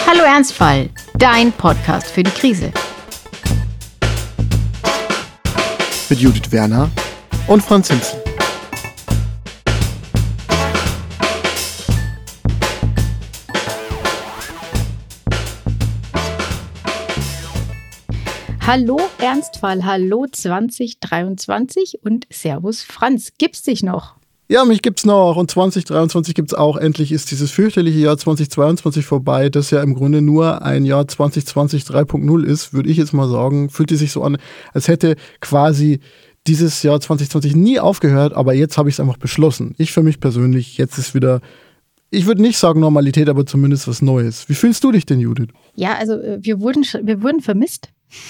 Hallo Ernstfall, dein Podcast für die Krise. Mit Judith Werner und Franz Hinzel. Hallo Ernstfall, hallo 2023 und Servus Franz, gibt's dich noch? Ja, mich gibt's noch und 2023 gibt's auch. Endlich ist dieses fürchterliche Jahr 2022 vorbei, das ja im Grunde nur ein Jahr 2020 3.0 ist, würde ich jetzt mal sagen. Fühlte sich so an, als hätte quasi dieses Jahr 2020 nie aufgehört, aber jetzt habe ich es einfach beschlossen. Ich für mich persönlich, jetzt ist wieder, ich würde nicht sagen Normalität, aber zumindest was Neues. Wie fühlst du dich denn, Judith? Ja, also wir wurden vermisst.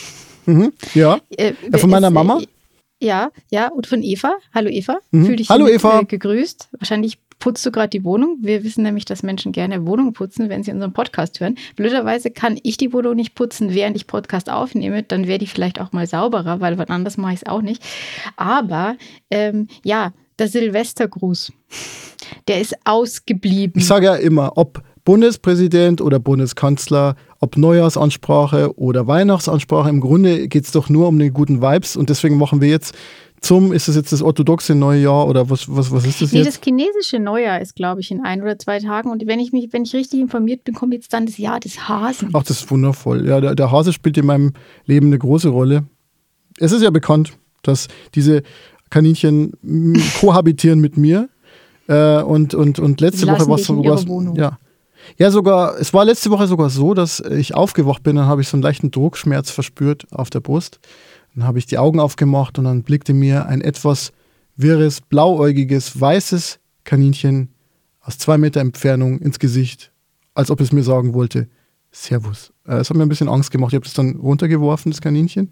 Ja, von meiner Mama? Ja, und von Eva. Hallo Eva, fühl dich Hallo Eva. Gegrüßt. Wahrscheinlich putzt du gerade die Wohnung. Wir wissen nämlich, dass Menschen gerne Wohnung putzen, wenn sie unseren Podcast hören. Blöderweise kann ich die Wohnung nicht putzen, während ich Podcast aufnehme. Dann wäre die vielleicht auch mal sauberer, weil wann anders mache ich es auch nicht. Aber der Silvestergruß, der ist ausgeblieben. Ich sage ja immer, ob Bundespräsident oder Bundeskanzler, ob Neujahrsansprache oder Weihnachtsansprache, im Grunde geht es doch nur um den guten Vibes und deswegen machen wir jetzt ist das jetzt das orthodoxe neue Jahr oder was ist das jetzt? Das chinesische Neujahr ist, glaube ich, in 1 oder 2 Tagen und wenn ich richtig informiert bin, kommt jetzt dann das Jahr des Hasen. Ach, das ist wundervoll. Ja, der Hase spielt in meinem Leben eine große Rolle. Es ist ja bekannt, dass diese Kaninchen kohabitieren mit mir und letzte Woche war es so, ja, sogar, es war letzte Woche sogar so, dass ich aufgewacht bin, dann habe ich so einen leichten Druckschmerz verspürt auf der Brust. Dann habe ich die Augen aufgemacht und dann blickte mir ein etwas wirres, blauäugiges, weißes Kaninchen aus 2 Meter Entfernung ins Gesicht, als ob es mir sagen wollte, Servus. Es hat mir ein bisschen Angst gemacht. Ich habe das dann runtergeworfen, das Kaninchen.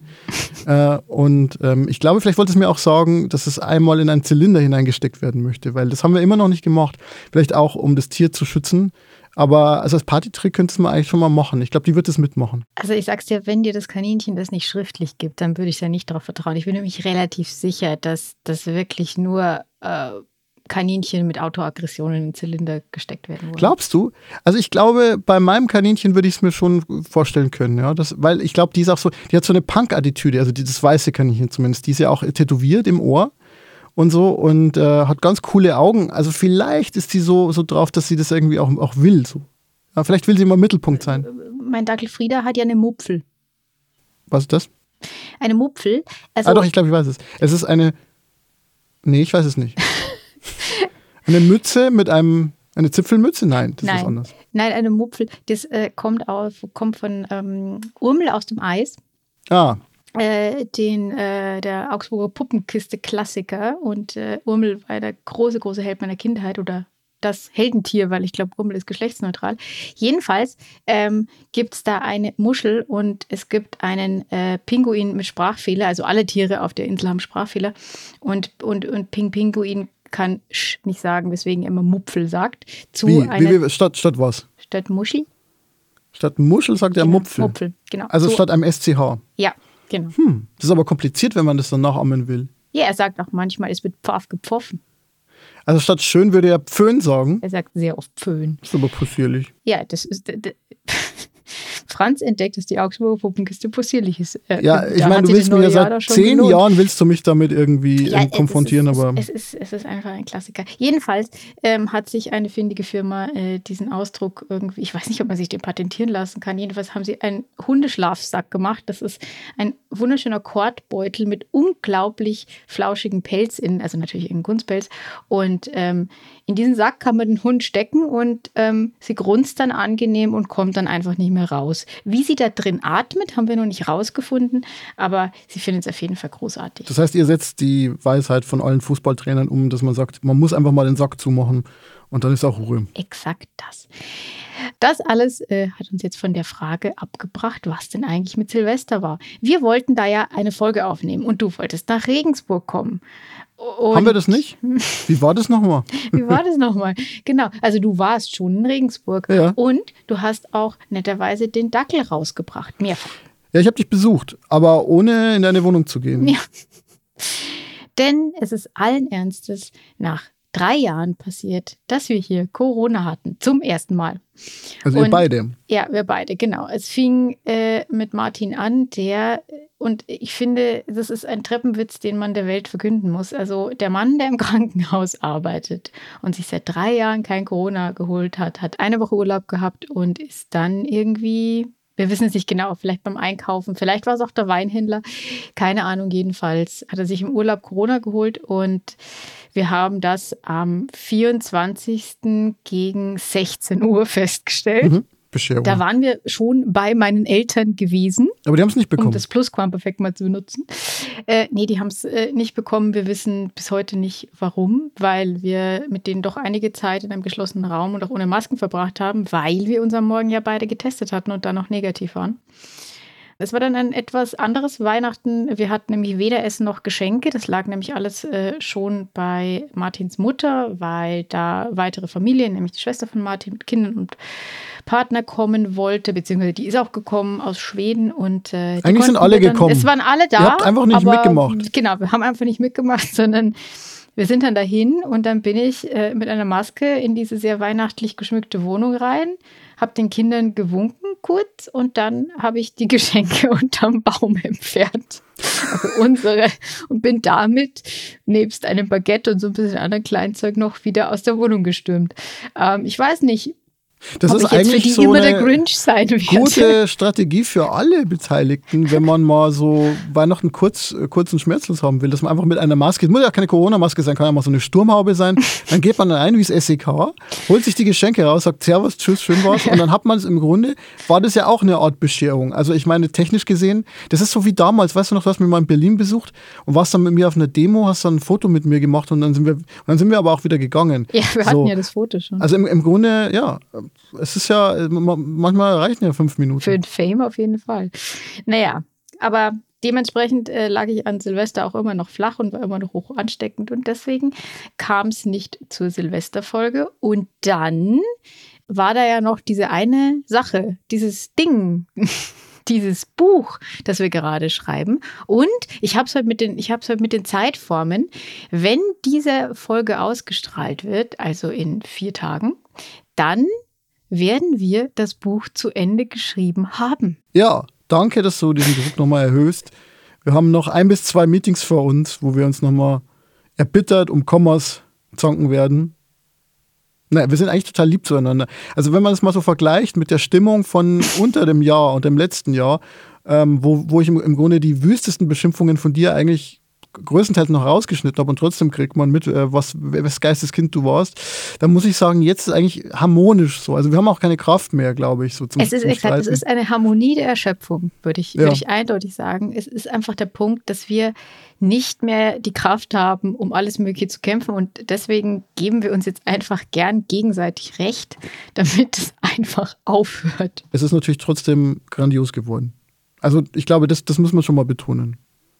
Ich glaube, vielleicht wollte es mir auch sagen, dass es einmal in einen Zylinder hineingesteckt werden möchte, weil das haben wir immer noch nicht gemacht. Vielleicht auch, um das Tier zu schützen. Aber also als Partytrick könntest du mal eigentlich schon mal machen. Ich glaube, die wird das mitmachen. Also ich sag's dir, wenn dir das Kaninchen das nicht schriftlich gibt, dann würde ich ja nicht darauf vertrauen. Ich bin nämlich relativ sicher, dass das wirklich nur Kaninchen mit Autoaggressionen in den Zylinder gesteckt werden wollen. Glaubst du? Also ich glaube, bei meinem Kaninchen würde ich es mir schon vorstellen können. Ja? Weil ich glaube, die ist auch so, die hat so eine Punk-Attitüde, also das weiße Kaninchen zumindest. Die ist ja auch tätowiert im Ohr. Und so und hat ganz coole Augen. Also vielleicht ist sie so drauf, dass sie das irgendwie auch will. So. Ja, vielleicht will sie immer Mittelpunkt sein. Mein Dackel Frieda hat ja eine Mupfel. Was ist das? Eine Mupfel. Also doch, ich glaube, ich weiß es. Es ist eine... Nee, ich weiß es nicht. Eine Mütze mit eine Zipfelmütze? Nein, das ist anders. Nein, eine Mupfel. Das kommt von Urmel aus dem Eis. Ah. Der Augsburger Puppenkiste-Klassiker und Urmel war der große Held meiner Kindheit oder das Heldentier, weil ich glaube, Urmel ist geschlechtsneutral. Jedenfalls gibt es da eine Muschel und es gibt einen Pinguin mit Sprachfehler, also alle Tiere auf der Insel haben Sprachfehler und Pinguin kann Sch nicht sagen, weswegen er immer Mupfel sagt. Wie statt was? Statt Muschel? Statt Muschel sagt er Mupfel. Mupfel, genau. Also statt einem SCH. Ja. Genau. Das ist aber kompliziert, wenn man das dann nachahmen will. Ja, er sagt auch manchmal, es wird Pfaff gepfoffen. Also statt schön würde er Pföhn sagen. Er sagt sehr oft Pföhn. Das ist aber possierlich. Ja, das ist... Franz entdeckt, dass die Augsburger Puppenkiste possierlich ist. Ja, ich meine, du willst mir ja seit 10 Jahren willst du mich damit irgendwie konfrontieren, aber... Es ist einfach ein Klassiker. Jedenfalls hat sich eine findige Firma diesen Ausdruck irgendwie, ich weiß nicht, ob man sich den patentieren lassen kann, jedenfalls haben sie einen Hundeschlafsack gemacht. Das ist ein wunderschöner Kordbeutel mit unglaublich flauschigem Pelz also natürlich irgendein Kunstpelz. Und in diesen Sack kann man den Hund stecken und sie grunzt dann angenehm und kommt dann einfach nicht mehr raus. Wie sie da drin atmet, haben wir noch nicht rausgefunden, aber sie findet es auf jeden Fall großartig. Das heißt, ihr setzt die Weisheit von allen Fußballtrainern um, dass man sagt, man muss einfach mal den Sack zumachen und dann ist auch Ruhe. Exakt das. Das alles hat uns jetzt von der Frage abgebracht, was denn eigentlich mit Silvester war. Wir wollten da ja eine Folge aufnehmen und du wolltest nach Regensburg kommen. Und haben wir das nicht? Wie war das nochmal? Genau, also du warst schon in Regensburg und du hast auch netterweise den Dackel rausgebracht, mehrfach. Ja, ich habe dich besucht, aber ohne in deine Wohnung zu gehen. Ja, denn es ist allen Ernstes nach 3 Jahren passiert, dass wir hier Corona hatten. Zum ersten Mal. Also ihr beide? Ja, wir beide, genau. Es fing mit Martin an, und ich finde, das ist ein Treppenwitz, den man der Welt verkünden muss. Also der Mann, der im Krankenhaus arbeitet und sich seit 3 Jahren kein Corona geholt hat, hat eine Woche Urlaub gehabt und ist dann irgendwie, wir wissen es nicht genau, vielleicht beim Einkaufen, vielleicht war es auch der Weinhändler, keine Ahnung, jedenfalls hat er sich im Urlaub Corona geholt und wir haben das am 24. gegen 16 Uhr festgestellt. Mhm. Bescherung. Da waren wir schon bei meinen Eltern gewesen. Aber die haben es nicht bekommen. Um das Plusquamperfekt mal zu benutzen. Nee, die haben es nicht bekommen. Wir wissen bis heute nicht, warum. Weil wir mit denen doch einige Zeit in einem geschlossenen Raum und auch ohne Masken verbracht haben, weil wir uns am Morgen ja beide getestet hatten und dann noch negativ waren. Es war dann ein etwas anderes Weihnachten. Wir hatten nämlich weder Essen noch Geschenke. Das lag nämlich alles schon bei Martins Mutter, weil da weitere Familien, nämlich die Schwester von Martin mit Kindern und Partner kommen wollte, beziehungsweise die ist auch gekommen aus Schweden. Und eigentlich sind alle gekommen. Es waren alle da. Ihr habt einfach nicht mitgemacht. Genau, wir haben einfach nicht mitgemacht, sondern wir sind dann dahin und dann bin ich mit einer Maske in diese sehr weihnachtlich geschmückte Wohnung rein, habe den Kindern gewunken kurz und dann habe ich die Geschenke unterm Baum entfernt. Also unsere. Und bin damit nebst einem Baguette und so ein bisschen anderen Kleinzeug noch wieder aus der Wohnung gestürmt. Ich weiß nicht, das ist eigentlich so immer eine der Grinch sein wird. Gute Strategie für alle Beteiligten, wenn man mal so Weihnachten kurz und schmerzlos haben will, dass man einfach mit einer Maske, es muss ja keine Corona-Maske sein, kann ja mal so eine Sturmhaube sein, dann geht man rein wie das SEK, holt sich die Geschenke raus, sagt Servus, tschüss, schön war's und dann hat man es im Grunde, war das ja auch eine Art Bescherung. Also ich meine, technisch gesehen, das ist so wie damals, weißt du noch, du hast mich mal in Berlin besucht und warst dann mit mir auf einer Demo, hast dann ein Foto mit mir gemacht und dann sind wir aber auch wieder gegangen. Ja, wir hatten ja das Foto schon. Also im Grunde, ja, es ist ja, manchmal reichen ja 5 Minuten. Für den Fame auf jeden Fall. Naja, aber dementsprechend lag ich an Silvester auch immer noch flach und war immer noch hoch ansteckend. Und deswegen kam es nicht zur Silvesterfolge. Und dann war da ja noch diese eine Sache, dieses Ding, dieses Buch, das wir gerade schreiben. Und ich habe es heute mit den Zeitformen. Wenn diese Folge ausgestrahlt wird, also in 4 Tagen, dann werden wir das Buch zu Ende geschrieben haben. Ja, danke, dass du diesen Druck nochmal erhöhst. Wir haben noch 1 bis 2 Meetings vor uns, wo wir uns nochmal erbittert um Kommas zanken werden. Naja, wir sind eigentlich total lieb zueinander. Also wenn man das mal so vergleicht mit der Stimmung von unter dem Jahr und dem letzten Jahr, wo ich im Grunde die wüstesten Beschimpfungen von dir eigentlich größtenteils noch rausgeschnitten habe und trotzdem kriegt man mit, was Geisteskind du warst, dann muss ich sagen, jetzt ist eigentlich harmonisch so. Also wir haben auch keine Kraft mehr, glaube ich, so zum Es ist eine Harmonie der Erschöpfung, würde ich eindeutig sagen. Es ist einfach der Punkt, dass wir nicht mehr die Kraft haben, um alles Mögliche zu kämpfen und deswegen geben wir uns jetzt einfach gern gegenseitig recht, damit es einfach aufhört. Es ist natürlich trotzdem grandios geworden. Also ich glaube, das muss man schon mal betonen.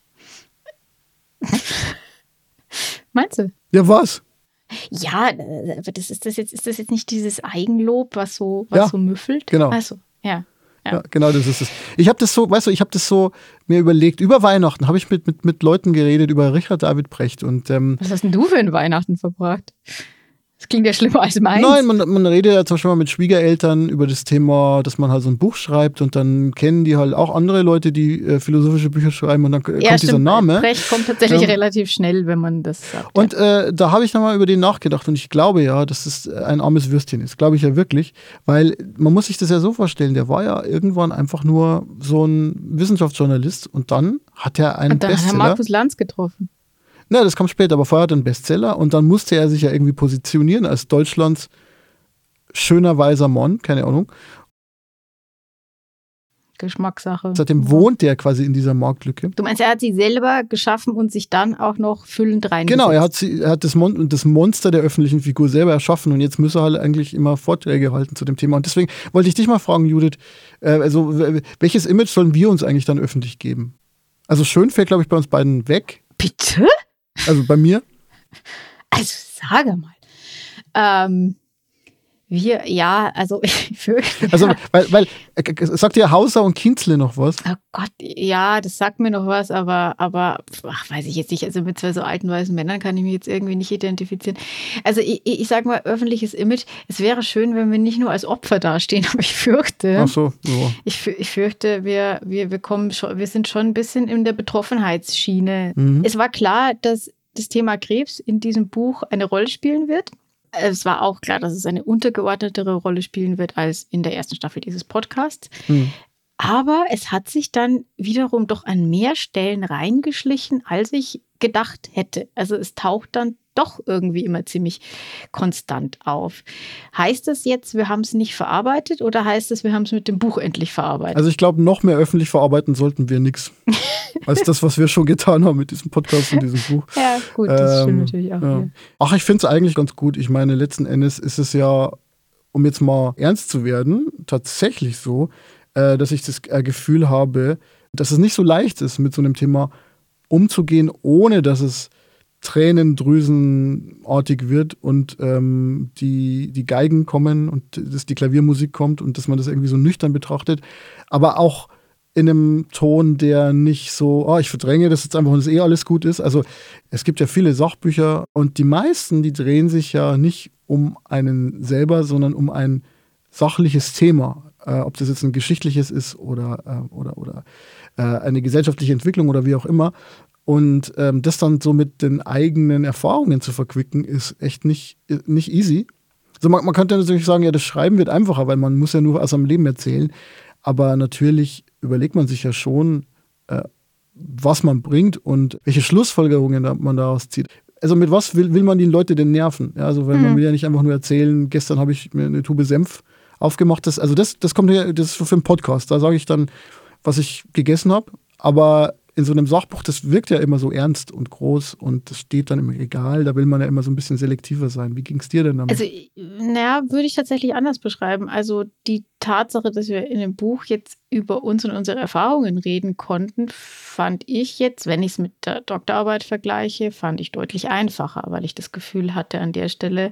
Meinst du? Ja, was? Ja, aber ist das jetzt nicht dieses Eigenlob, was so müffelt? Genau. Also, ja. Ja, genau, das ist es. Ich habe das so, mir überlegt, über Weihnachten habe ich mit Leuten geredet, über Richard David Brecht. Und, was hast denn du für einen Weihnachten verbracht? Das klingt ja schlimmer als meins. Nein, man redet ja zum Beispiel mal mit Schwiegereltern über das Thema, dass man halt so ein Buch schreibt und dann kennen die halt auch andere Leute, die philosophische Bücher schreiben und dann kommt dieser Name. Brecht kommt tatsächlich relativ schnell, wenn man das sagt. Und da habe ich nochmal über den nachgedacht und ich glaube ja, dass es ein armes Würstchen ist. Glaube ich ja wirklich, weil man muss sich das ja so vorstellen, der war ja irgendwann einfach nur so ein Wissenschaftsjournalist und dann hat er einen Bestseller. Und dann hat er Markus Lanz getroffen. Na, das kam später, aber vorher hat er einen Bestseller und dann musste er sich ja irgendwie positionieren als Deutschlands schöner weiser Mann, keine Ahnung. Geschmackssache. Seitdem wohnt der quasi in dieser Marktlücke. Du meinst, er hat sie selber geschaffen und sich dann auch noch füllend reingesetzt? Genau, er hat das Monster der öffentlichen Figur selber erschaffen und jetzt muss er halt eigentlich immer Vorträge halten zu dem Thema. Und deswegen wollte ich dich mal fragen, Judith, welches Image sollen wir uns eigentlich dann öffentlich geben? Also schön fällt, glaube ich, bei uns beiden weg. Bitte? Also bei mir? Also sage mal. Also ich fürchte. Also, weil sagt dir Hauser und Kinzle noch was? Oh Gott, ja, das sagt mir noch was, aber weiß ich jetzt nicht. Also mit 2 so alten weißen Männern kann ich mich jetzt irgendwie nicht identifizieren. Also ich sag mal, öffentliches Image, es wäre schön, wenn wir nicht nur als Opfer dastehen, aber ich fürchte. Ach so, ja. Ich fürchte, wir sind schon ein bisschen in der Betroffenheitsschiene. Es war klar, dass das Thema Krebs in diesem Buch eine Rolle spielen wird. Es war auch klar, dass es eine untergeordnetere Rolle spielen wird als in der ersten Staffel dieses Podcasts. Aber es hat sich dann wiederum doch an mehr Stellen reingeschlichen, als ich gedacht hätte. Also es taucht dann doch irgendwie immer ziemlich konstant auf. Heißt das jetzt, wir haben es nicht verarbeitet oder heißt es, wir haben es mit dem Buch endlich verarbeitet? Also ich glaube, noch mehr öffentlich verarbeiten sollten wir nichts. Als das, was wir schon getan haben mit diesem Podcast und diesem Buch. Ja, gut, das stimmt natürlich auch. Ja. Ach, ich finde es eigentlich ganz gut. Ich meine, letzten Endes ist es ja, um jetzt mal ernst zu werden, tatsächlich so, dass ich das Gefühl habe, dass es nicht so leicht ist, mit so einem Thema umzugehen, ohne dass es tränendrüsenartig wird und die Geigen kommen und dass die Klaviermusik kommt und dass man das irgendwie so nüchtern betrachtet, aber auch in einem Ton, der nicht so, ich verdränge das jetzt einfach und es alles gut ist. Also es gibt ja viele Sachbücher und die meisten, die drehen sich ja nicht um einen selber, sondern um ein sachliches Thema. Ob das jetzt ein geschichtliches ist oder eine gesellschaftliche Entwicklung oder wie auch immer. Und das dann so mit den eigenen Erfahrungen zu verquicken, ist echt nicht easy. Also man könnte natürlich sagen, ja, das Schreiben wird einfacher, weil man muss ja nur aus seinem Leben erzählen. Aber natürlich überlegt man sich ja schon, was man bringt und welche Schlussfolgerungen man daraus zieht. Also mit was will man die Leute denn nerven? Ja, also weil man will ja nicht einfach nur erzählen, gestern habe ich mir eine Tube Senf aufgemacht. Das kommt ja, das ist für einen Podcast. Da sage ich dann, was ich gegessen habe. Aber in so einem Sachbuch, das wirkt ja immer so ernst und groß und das steht dann im Regal. Da will man ja immer so ein bisschen selektiver sein. Wie ging es dir denn damit? Also, würde ich tatsächlich anders beschreiben. Also die Tatsache, dass wir in dem Buch jetzt über uns und unsere Erfahrungen reden konnten, fand ich jetzt, wenn ich es mit der Doktorarbeit vergleiche, fand ich deutlich einfacher, weil ich das Gefühl hatte an der Stelle,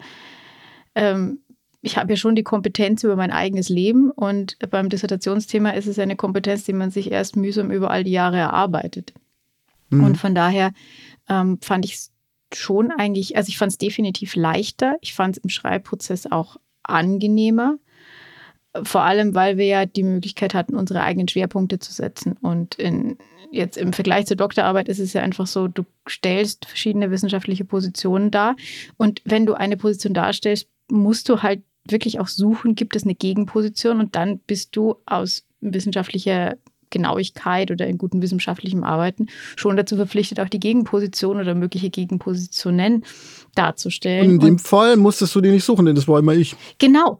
ich habe ja schon die Kompetenz über mein eigenes Leben und beim Dissertationsthema ist es eine Kompetenz, die man sich erst mühsam über all die Jahre erarbeitet. Und von daher fand ich es schon eigentlich, also ich fand es definitiv leichter. Ich fand es im Schreibprozess auch angenehmer. Vor allem, weil wir ja die Möglichkeit hatten, unsere eigenen Schwerpunkte zu setzen. Und jetzt im Vergleich zur Doktorarbeit ist es ja einfach so, du stellst verschiedene wissenschaftliche Positionen dar. Und wenn du eine Position darstellst, musst du halt wirklich auch suchen, gibt es eine Gegenposition und dann bist du aus wissenschaftlicher Genauigkeit oder in gutem wissenschaftlichem Arbeiten schon dazu verpflichtet, auch die Gegenposition oder mögliche Gegenpositionen darzustellen. Und in dem Fall musstest du die nicht suchen, denn das war immer ich. Genau.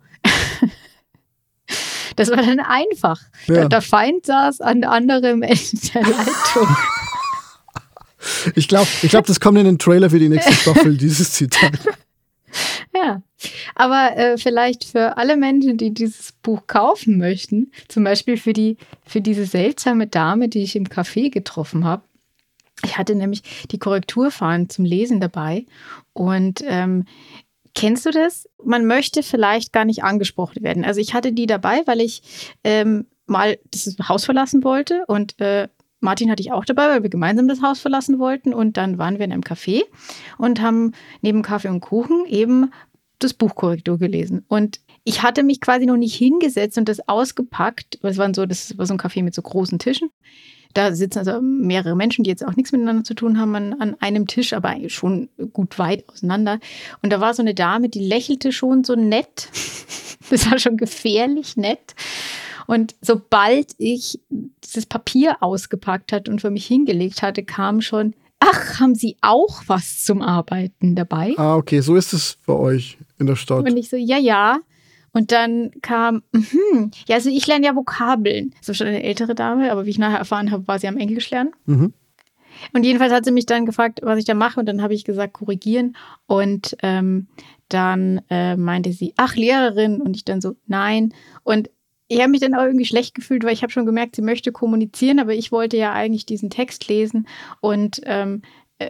Das war dann einfach. Ja. Der Feind saß an anderem Ende der Leitung. Ich glaube, das kommt in den Trailer für die nächste Staffel, dieses Zitat. Ja, aber vielleicht für alle Menschen, die dieses Buch kaufen möchten, zum Beispiel für diese seltsame Dame, die ich im Café getroffen habe. Ich hatte nämlich die Korrekturfahnen zum Lesen dabei und kennst du das? Man möchte vielleicht gar nicht angesprochen werden. Also ich hatte die dabei, weil ich mal das Haus verlassen wollte und Martin hatte ich auch dabei, weil wir gemeinsam das Haus verlassen wollten. Und dann waren wir in einem Café und haben neben Kaffee und Kuchen eben das Buch Korrektur gelesen. Und ich hatte mich quasi noch nicht hingesetzt und das ausgepackt. Das war so ein Café mit so großen Tischen. Da sitzen also mehrere Menschen, die jetzt auch nichts miteinander zu tun haben, an einem Tisch, aber schon gut weit auseinander. Und da war so eine Dame, die lächelte schon so nett. Das war schon gefährlich nett. Und sobald ich dieses Papier ausgepackt hatte und für mich hingelegt hatte, kam schon, ach, haben Sie auch was zum Arbeiten dabei? Ah, okay, so ist es bei euch in der Stadt. Und ich so, ja. Und dann kam, ja, also ich lerne ja Vokabeln. Das war schon eine ältere Dame, aber wie ich nachher erfahren habe, war sie am Englisch lernen. Mhm. Und jedenfalls hat sie mich dann gefragt, was ich da mache. Und dann habe ich gesagt, korrigieren. Und dann meinte sie, ach, Lehrerin. Und ich dann so, nein. Und ich habe mich dann auch irgendwie schlecht gefühlt, weil ich habe schon gemerkt, sie möchte kommunizieren, aber ich wollte ja eigentlich diesen Text lesen und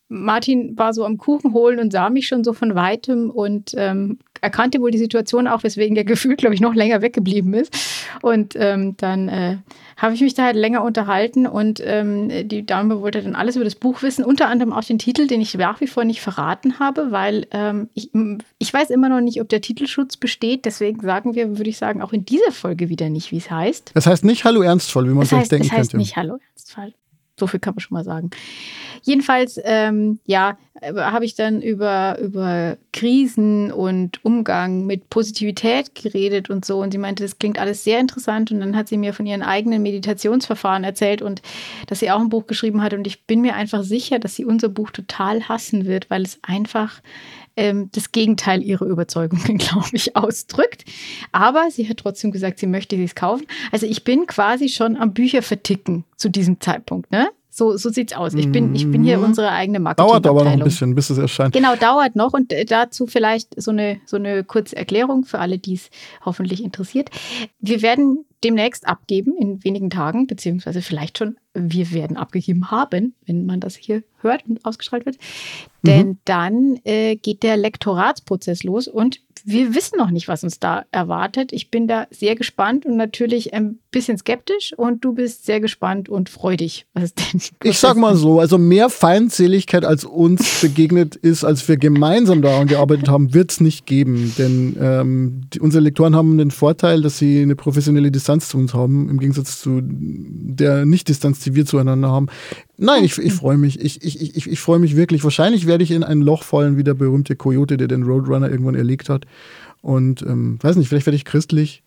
Martin war so am Kuchen holen und sah mich schon so von Weitem und erkannte wohl die Situation auch, weswegen er gefühlt, glaube ich, noch länger weggeblieben ist. Und dann habe ich mich da halt länger unterhalten und die Dame wollte dann alles über das Buch wissen, unter anderem auch den Titel, den ich nach wie vor nicht verraten habe, weil ich weiß immer noch nicht, ob der Titelschutz besteht. Deswegen würde ich sagen, auch in dieser Folge wieder nicht, wie es heißt. Das heißt nicht Hallo Ernstfall, wie man vielleicht denken könnte. Das heißt nicht Hallo Ernstfall. So viel kann man schon mal sagen. Jedenfalls, habe ich dann über Krisen und Umgang mit Positivität geredet und so. Und sie meinte, das klingt alles sehr interessant. Und dann hat sie mir von ihren eigenen Meditationsverfahren erzählt und dass sie auch ein Buch geschrieben hat. Und ich bin mir einfach sicher, dass sie unser Buch total hassen wird, weil es einfach das Gegenteil ihrer Überzeugungen, glaube ich, ausdrückt. Aber sie hat trotzdem gesagt, sie möchte es kaufen. Also ich bin quasi schon am Bücher verticken zu diesem Zeitpunkt, ne? So sieht's aus. Ich bin hier unsere eigene Marketingabteilung. Dauert aber noch ein bisschen, bis es erscheint. Genau, dauert noch. Und dazu vielleicht so eine kurze Erklärung für alle, die es hoffentlich interessiert. Wir werden demnächst abgeben in wenigen Tagen, beziehungsweise vielleicht schon, wir werden abgegeben haben, wenn man das hier hört und ausgestrahlt wird. Denn dann geht der Lektoratsprozess los und wir wissen noch nicht, was uns da erwartet. Ich bin da sehr gespannt und natürlich ein bisschen skeptisch und du bist sehr gespannt und freudig. Was ist denn? Ich sag mal so, also mehr Feindseligkeit als uns begegnet ist, als wir gemeinsam daran gearbeitet haben, wird es nicht geben. Denn unsere Lektoren haben den Vorteil, dass sie eine professionelle Distanz zu uns haben, im Gegensatz zu der Nicht-Distanz, die wir zueinander haben. Nein, ich freue mich. Ich freue mich wirklich. Wahrscheinlich werde ich in ein Loch fallen, wie der berühmte Coyote, der den Roadrunner irgendwann erlegt hat. Und weiß nicht, vielleicht werde ich christlich.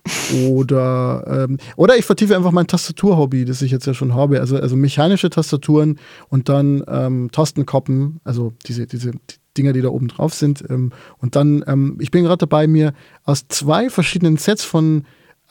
Oder ich vertiefe einfach mein Tastaturhobby, das ich jetzt ja schon habe. Also mechanische Tastaturen und dann Tastenkappen, also diese Dinger, die da oben drauf sind. Und dann, ich bin gerade dabei, mir aus 2 verschiedenen Sets von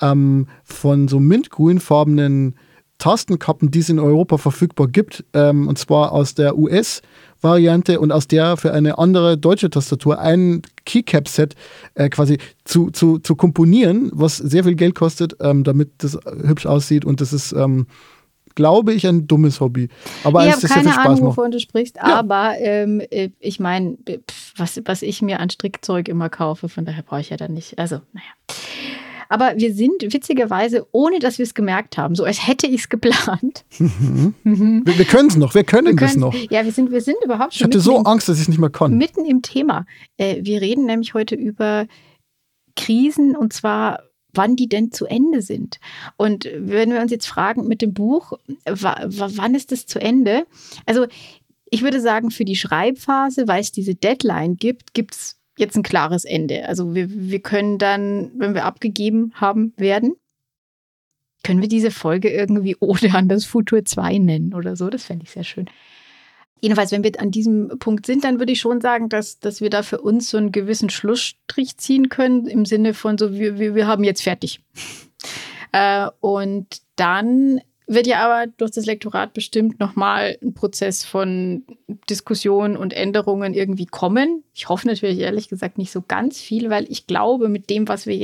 so mintgrünfarbenen Tastenkappen, die es in Europa verfügbar gibt, und zwar aus der US-Variante und aus der für eine andere deutsche Tastatur ein Keycap-Set quasi zu komponieren, was sehr viel Geld kostet, damit das hübsch aussieht und das ist, glaube ich, ein dummes Hobby. Aber ich habe keine Ahnung, wovon du sprichst, ja. Aber ich meine, was ich mir an Strickzeug immer kaufe, von daher brauche ich ja dann nicht, also naja. Aber wir sind witzigerweise, ohne dass wir es gemerkt haben, so als hätte ich es geplant. Wir können es noch, wir können das noch. Ja, wir sind überhaupt schon. Ich hatte so Angst, dass ich es nicht mehr kann. Mitten im Thema. Wir reden nämlich heute über Krisen und zwar, wann die denn zu Ende sind. Und wenn wir uns jetzt fragen mit dem Buch, wann ist es zu Ende? Also ich würde sagen, für die Schreibphase, weil es diese Deadline gibt es jetzt ein klares Ende. Also wir können dann, wenn wir abgegeben haben werden, können wir diese Folge irgendwie Ode an das Futur 2 nennen oder so. Das fände ich sehr schön. Jedenfalls, wenn wir an diesem Punkt sind, dann würde ich schon sagen, dass wir da für uns so einen gewissen Schlussstrich ziehen können, im Sinne von so, wir haben jetzt fertig. Und dann wird ja aber durch das Lektorat bestimmt nochmal ein Prozess von Diskussion und Änderungen irgendwie kommen. Ich hoffe natürlich ehrlich gesagt nicht so ganz viel, weil ich glaube, mit dem, was wir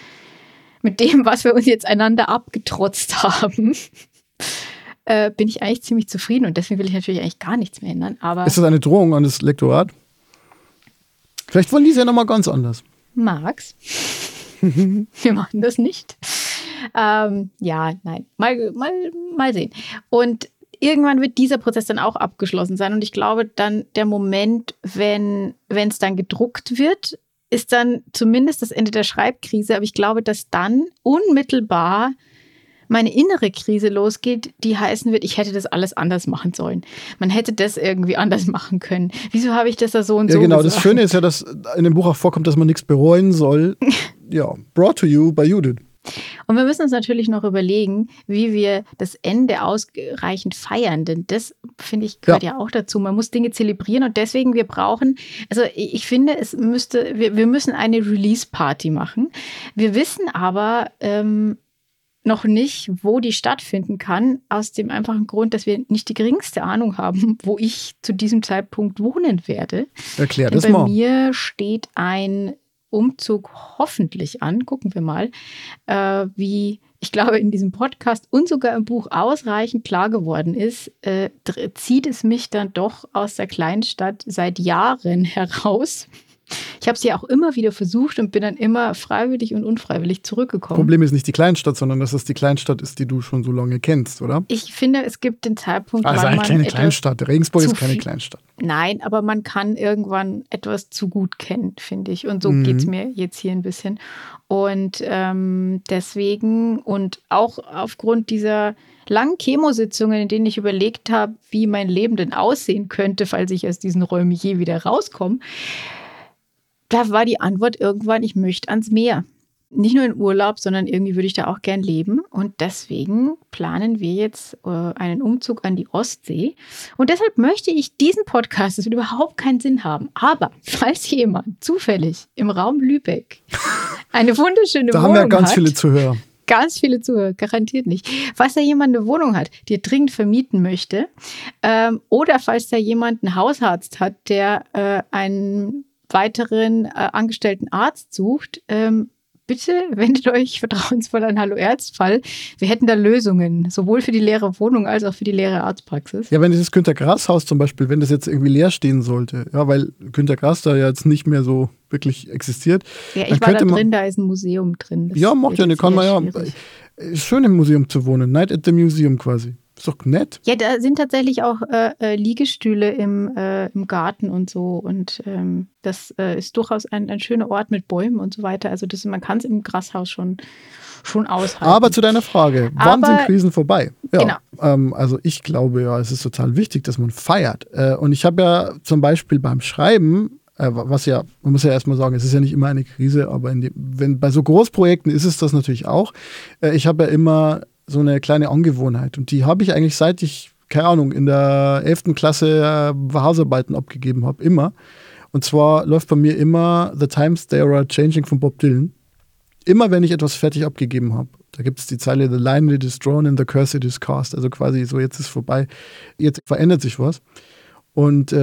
uns jetzt einander abgetrotzt haben, bin ich eigentlich ziemlich zufrieden und deswegen will ich natürlich eigentlich gar nichts mehr ändern. Aber ist das eine Drohung an das Lektorat? Vielleicht wollen die es ja nochmal ganz anders. Max, wir machen das nicht. Ja, nein, mal sehen. Und irgendwann wird dieser Prozess dann auch abgeschlossen sein. Und ich glaube, dann der Moment, wenn es dann gedruckt wird, ist dann zumindest das Ende der Schreibkrise. Aber ich glaube, dass dann unmittelbar meine innere Krise losgeht, die heißen wird, ich hätte das alles anders machen sollen. Man hätte das irgendwie anders machen können. Wieso habe ich das da so und so genau. gesagt? Das Schöne ist ja, dass in dem Buch auch vorkommt, dass man nichts bereuen soll. Ja, brought to you by Judith. Und wir müssen uns natürlich noch überlegen, wie wir das Ende ausreichend feiern, denn das, finde ich, gehört ja auch dazu. Man muss Dinge zelebrieren und deswegen ich finde, wir müssen eine Release-Party machen. Wir wissen aber noch nicht, wo die stattfinden kann, aus dem einfachen Grund, dass wir nicht die geringste Ahnung haben, wo ich zu diesem Zeitpunkt wohnen werde. Erklär das mal. Bei mir steht ein Umzug hoffentlich an. Gucken wir mal, wie, ich glaube, in diesem Podcast und sogar im Buch ausreichend klar geworden ist, zieht es mich dann doch aus der Kleinstadt seit Jahren heraus. Ich habe es ja auch immer wieder versucht und bin dann immer freiwillig und unfreiwillig zurückgekommen. Problem ist nicht die Kleinstadt, sondern dass es die Kleinstadt ist, die du schon so lange kennst, oder? Ich finde, es gibt den Zeitpunkt, also wann eine man kleine Kleinstadt. Regensburg ist keine Kleinstadt. Nein, aber man kann irgendwann etwas zu gut kennen, finde ich. Und so geht es mir jetzt hier ein bisschen. Und deswegen und auch aufgrund dieser langen Chemositzungen, in denen ich überlegt habe, wie mein Leben denn aussehen könnte, falls ich aus diesen Räumen je wieder rauskomme, da war die Antwort irgendwann, ich möchte ans Meer. Nicht nur in Urlaub, sondern irgendwie würde ich da auch gern leben. Und deswegen planen wir jetzt einen Umzug an die Ostsee. Und deshalb möchte ich diesen Podcast, das wird überhaupt keinen Sinn haben. Aber falls jemand zufällig im Raum Lübeck eine wunderschöne Wohnung hat. Da haben wir ganz viele Zuhörer. Ganz viele Zuhörer, garantiert nicht. Falls da jemand eine Wohnung hat, die er dringend vermieten möchte, oder falls da jemand einen Hausarzt hat, der einen weiteren angestellten Arzt sucht, bitte wendet euch vertrauensvoll an Hallo Ärztfall. Wir hätten da Lösungen, sowohl für die leere Wohnung als auch für die leere Arztpraxis. Ja, wenn dieses Günter-Grass-Haus zum Beispiel, wenn das jetzt irgendwie leer stehen sollte, ja, weil Günter-Grass da ja jetzt nicht mehr so wirklich existiert. Ja, ich war da drin, da ist ein Museum drin. Das ja, macht ja nicht, kann man ja. Ist schön im Museum zu wohnen, Night at the Museum quasi. Ist doch nett. Ja, da sind tatsächlich auch Liegestühle im Garten und so. Und das ist durchaus ein schöner Ort mit Bäumen und so weiter. Also man kann es im Grashaus schon aushalten. Aber zu deiner Frage, wann sind Krisen vorbei? Ja, genau. Also ich glaube ja, es ist total wichtig, dass man feiert. Und ich habe ja zum Beispiel beim Schreiben, was ja, man muss ja erstmal sagen, es ist ja nicht immer eine Krise, aber bei so Großprojekten ist es das natürlich auch. Ich habe ja immer so eine kleine Angewohnheit. Und die habe ich eigentlich, seit ich, keine Ahnung, in der 11. Klasse Hausarbeiten abgegeben habe, immer. Und zwar läuft bei mir immer The Times They Are Changing von Bob Dylan. Immer wenn ich etwas fertig abgegeben habe. Da gibt es die Zeile The line it is drawn and the curse it is cast. Also quasi so, jetzt ist vorbei, jetzt verändert sich was. Und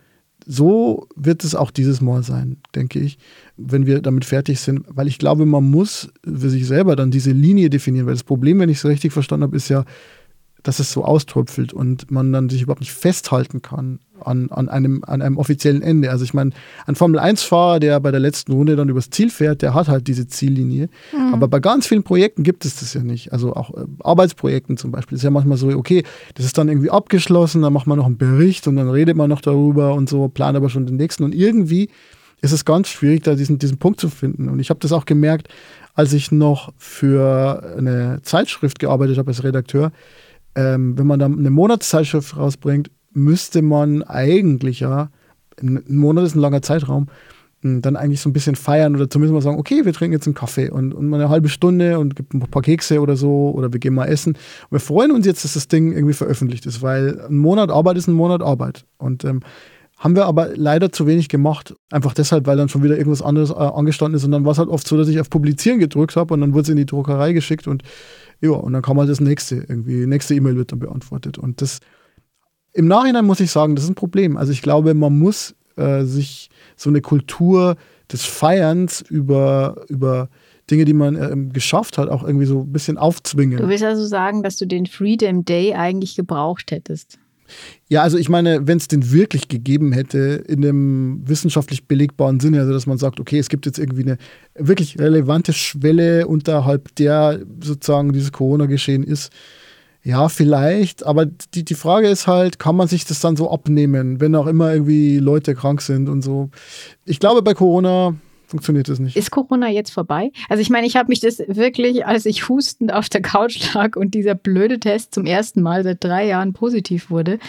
so wird es auch dieses Mal sein, denke ich, wenn wir damit fertig sind. Weil ich glaube, man muss für sich selber dann diese Linie definieren. Weil das Problem, wenn ich es so richtig verstanden habe, ist ja, dass es so auströpfelt und man dann sich überhaupt nicht festhalten kann an einem offiziellen Ende. Also ich meine, ein Formel-1-Fahrer, der bei der letzten Runde dann übers Ziel fährt, der hat halt diese Ziellinie. Mhm. Aber bei ganz vielen Projekten gibt es das ja nicht. Also auch Arbeitsprojekten zum Beispiel. Das ist ja manchmal so, okay, das ist dann irgendwie abgeschlossen, dann macht man noch einen Bericht und dann redet man noch darüber und so, plant aber schon den nächsten. Und irgendwie ist es ganz schwierig, da diesen Punkt zu finden. Und ich habe das auch gemerkt, als ich noch für eine Zeitschrift gearbeitet habe als Redakteur. Wenn man dann eine Monatszeitschrift rausbringt, müsste man eigentlich ja, ein Monat ist ein langer Zeitraum, dann eigentlich so ein bisschen feiern oder zumindest mal sagen, okay, wir trinken jetzt einen Kaffee und mal eine halbe Stunde und gibt ein paar Kekse oder so oder wir gehen mal essen. Und wir freuen uns jetzt, dass das Ding irgendwie veröffentlicht ist, weil ein Monat Arbeit ist ein Monat Arbeit. Und haben wir aber leider zu wenig gemacht. Einfach deshalb, weil dann schon wieder irgendwas anderes angestanden ist. Und dann war es halt oft so, dass ich auf Publizieren gedrückt habe und dann wurde es in die Druckerei geschickt und ja, und dann kam halt das nächste E-Mail wird dann beantwortet. Und das im Nachhinein muss ich sagen, das ist ein Problem. Also ich glaube, man muss sich so eine Kultur des Feierns über Dinge, die man geschafft hat, auch irgendwie so ein bisschen aufzwingen. Du willst also sagen, dass du den Freedom Day eigentlich gebraucht hättest? Ja, also ich meine, wenn es den wirklich gegeben hätte, in dem wissenschaftlich belegbaren Sinne, also dass man sagt, okay, es gibt jetzt irgendwie eine wirklich relevante Schwelle, unterhalb der sozusagen dieses Corona-Geschehen ist, ja, vielleicht, aber die Frage ist halt, kann man sich das dann so abnehmen, wenn auch immer irgendwie Leute krank sind und so. Ich glaube, bei Corona funktioniert das nicht. Ist Corona jetzt vorbei? Also ich meine, ich habe mich das wirklich, als ich hustend auf der Couch lag und dieser blöde Test zum ersten Mal seit 3 Jahren positiv wurde,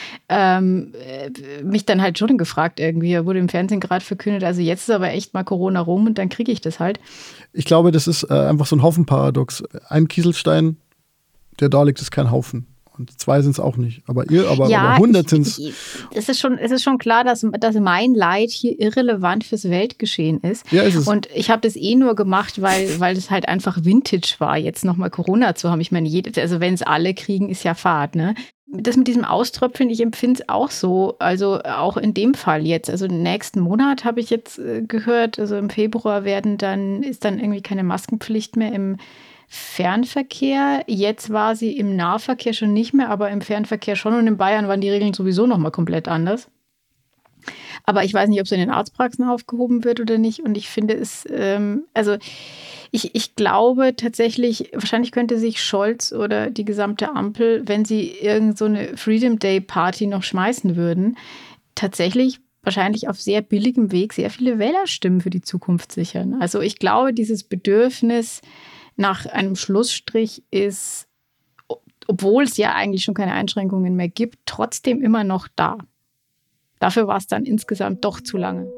mich dann halt schon gefragt irgendwie, wurde im Fernsehen gerade verkündet, also jetzt ist aber echt mal Corona rum und dann kriege ich das halt. Ich glaube, das ist einfach so ein Haufenparadox. Ein Kieselstein, der da liegt, ist kein Haufen. Und 2 sind es auch nicht. Aber 100 sind es. Es ist schon klar, dass mein Leid hier irrelevant fürs Weltgeschehen ist. Ja, ist es. Und ich habe das nur gemacht, weil es halt einfach Vintage war, jetzt nochmal Corona zu haben. Ich meine, also wenn es alle kriegen, ist ja Fahrt, ne? das mit diesem Auströpfeln, ich empfinde es auch so, also auch in dem Fall jetzt. Also nächsten Monat habe ich jetzt gehört, also im Februar ist dann irgendwie keine Maskenpflicht mehr im Fernverkehr. Jetzt war sie im Nahverkehr schon nicht mehr, aber im Fernverkehr schon, und in Bayern waren die Regeln sowieso nochmal komplett anders. Aber ich weiß nicht, ob es in den Arztpraxen aufgehoben wird oder nicht. Und ich finde es, ich glaube tatsächlich, wahrscheinlich könnte sich Scholz oder die gesamte Ampel, wenn sie irgend so eine Freedom Day Party noch schmeißen würden, tatsächlich wahrscheinlich auf sehr billigem Weg sehr viele Wählerstimmen für die Zukunft sichern. Also ich glaube, dieses Bedürfnis nach einem Schlussstrich ist, obwohl es ja eigentlich schon keine Einschränkungen mehr gibt, trotzdem immer noch da. Dafür war es dann insgesamt doch zu lange.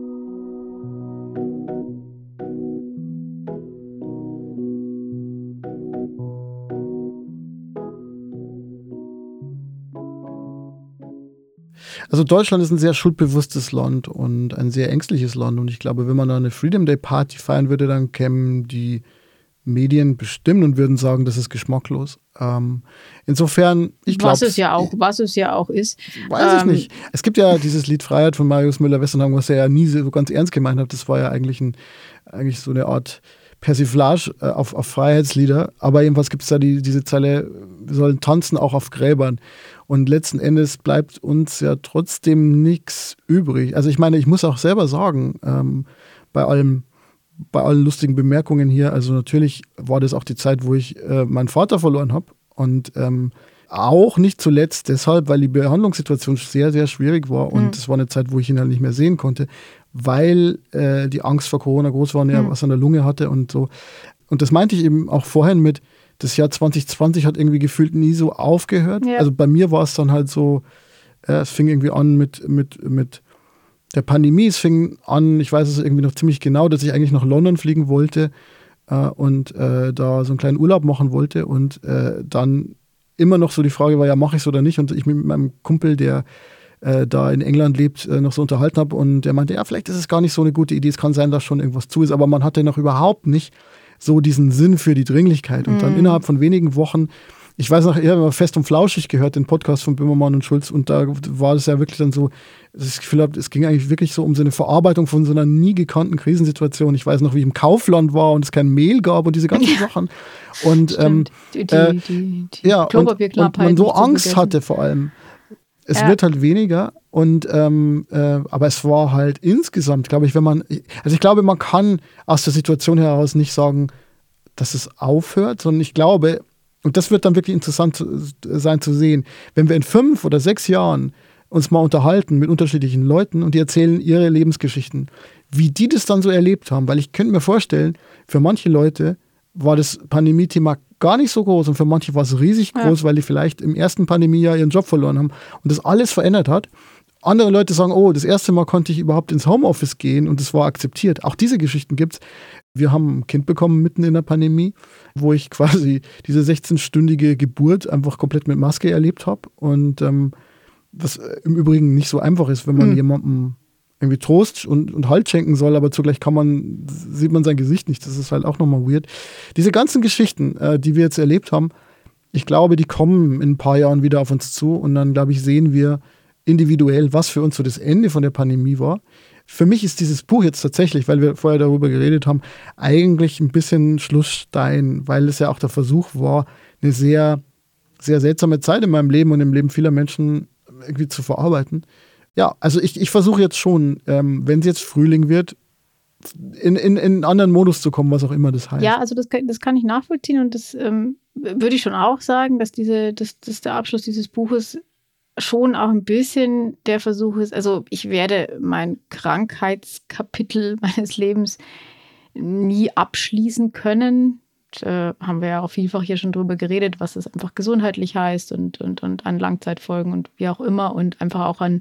Also Deutschland ist ein sehr schuldbewusstes Land und ein sehr ängstliches Land. Und ich glaube, wenn man da eine Freedom Day Party feiern würde, dann kämen die Medien bestimmt und würden sagen, das ist geschmacklos. Insofern, ich glaube... Was es ja auch ist. Weiß ich nicht. Es gibt ja dieses Lied Freiheit von Marius Müller-Westernhagen, was er ja nie so ganz ernst gemeint hat. Das war ja eigentlich so eine Art Persiflage auf Freiheitslieder. Aber jedenfalls gibt es da diese Zeile, wir sollen tanzen auch auf Gräbern. Und letzten Endes bleibt uns ja trotzdem nichts übrig. Also ich meine, ich muss auch selber sagen, bei allen lustigen Bemerkungen hier, also natürlich war das auch die Zeit, wo ich meinen Vater verloren habe. Und auch nicht zuletzt deshalb, weil die Behandlungssituation sehr, sehr schwierig war. Und es war eine Zeit, wo ich ihn halt nicht mehr sehen konnte, weil die Angst vor Corona groß war und er was an der Lunge hatte und so. Und das meinte ich eben auch vorhin mit, das Jahr 2020 hat irgendwie gefühlt nie so aufgehört. Ja. Also bei mir war es dann halt so, es fing irgendwie an mit der Pandemie. Es fing an, ich weiß es irgendwie noch ziemlich genau, dass ich eigentlich nach London fliegen wollte und da so einen kleinen Urlaub machen wollte. Und dann immer noch so die Frage war, ja, mache ich es oder nicht? Und ich mich mit meinem Kumpel, der da in England lebt, noch so unterhalten habe. Und der meinte, ja, vielleicht ist es gar nicht so eine gute Idee. Es kann sein, dass schon irgendwas zu ist. Aber man hatte noch überhaupt nicht so diesen Sinn für die Dringlichkeit. Und dann innerhalb von wenigen Wochen, ich weiß noch, ich habe Fest und Flauschig gehört, den Podcast von Böhmermann und Schulz, und da war es ja wirklich dann so, dass ich das Gefühl habe, es ging eigentlich wirklich so um so eine Verarbeitung von so einer nie gekannten Krisensituation. Ich weiß noch, wie ich im Kaufland war und es kein Mehl gab und diese ganzen Sachen. Und und man so Angst hatte vor allem. Es wird halt weniger und aber es war halt insgesamt, glaube ich, ich glaube, man kann aus der Situation heraus nicht sagen, dass es aufhört, sondern ich glaube, und das wird dann wirklich interessant sein zu sehen, wenn wir in 5 oder 6 Jahren uns mal unterhalten mit unterschiedlichen Leuten und die erzählen ihre Lebensgeschichten, wie die das dann so erlebt haben, weil ich könnte mir vorstellen, für manche Leute war das Pandemie-Thema gar nicht so groß und für manche war es riesig groß, weil die vielleicht im ersten Pandemiejahr ihren Job verloren haben und das alles verändert hat. Andere Leute sagen, oh, das erste Mal konnte ich überhaupt ins Homeoffice gehen und es war akzeptiert. Auch diese Geschichten gibt's. Wir haben ein Kind bekommen mitten in der Pandemie, wo ich quasi diese 16-stündige Geburt einfach komplett mit Maske erlebt habe und was im Übrigen nicht so einfach ist, wenn man jemandem irgendwie Trost und Halt schenken soll, aber zugleich sieht man sein Gesicht nicht. Das ist halt auch nochmal weird. Diese ganzen Geschichten, die wir jetzt erlebt haben, ich glaube, die kommen in ein paar Jahren wieder auf uns zu und dann, glaube ich, sehen wir individuell, was für uns so das Ende von der Pandemie war. Für mich ist dieses Buch jetzt tatsächlich, weil wir vorher darüber geredet haben, eigentlich ein bisschen Schlussstein, weil es ja auch der Versuch war, eine sehr, sehr seltsame Zeit in meinem Leben und im Leben vieler Menschen irgendwie zu verarbeiten. Ja, also ich versuche jetzt schon, wenn es jetzt Frühling wird, in einen anderen Modus zu kommen, was auch immer das heißt. Ja, also das kann ich nachvollziehen und das würde ich schon auch sagen, dass der Abschluss dieses Buches schon auch ein bisschen der Versuch ist, also ich werde mein Krankheitskapitel meines Lebens nie abschließen können. Haben wir ja auch vielfach hier schon drüber geredet, was es einfach gesundheitlich heißt und an Langzeitfolgen und wie auch immer und einfach auch an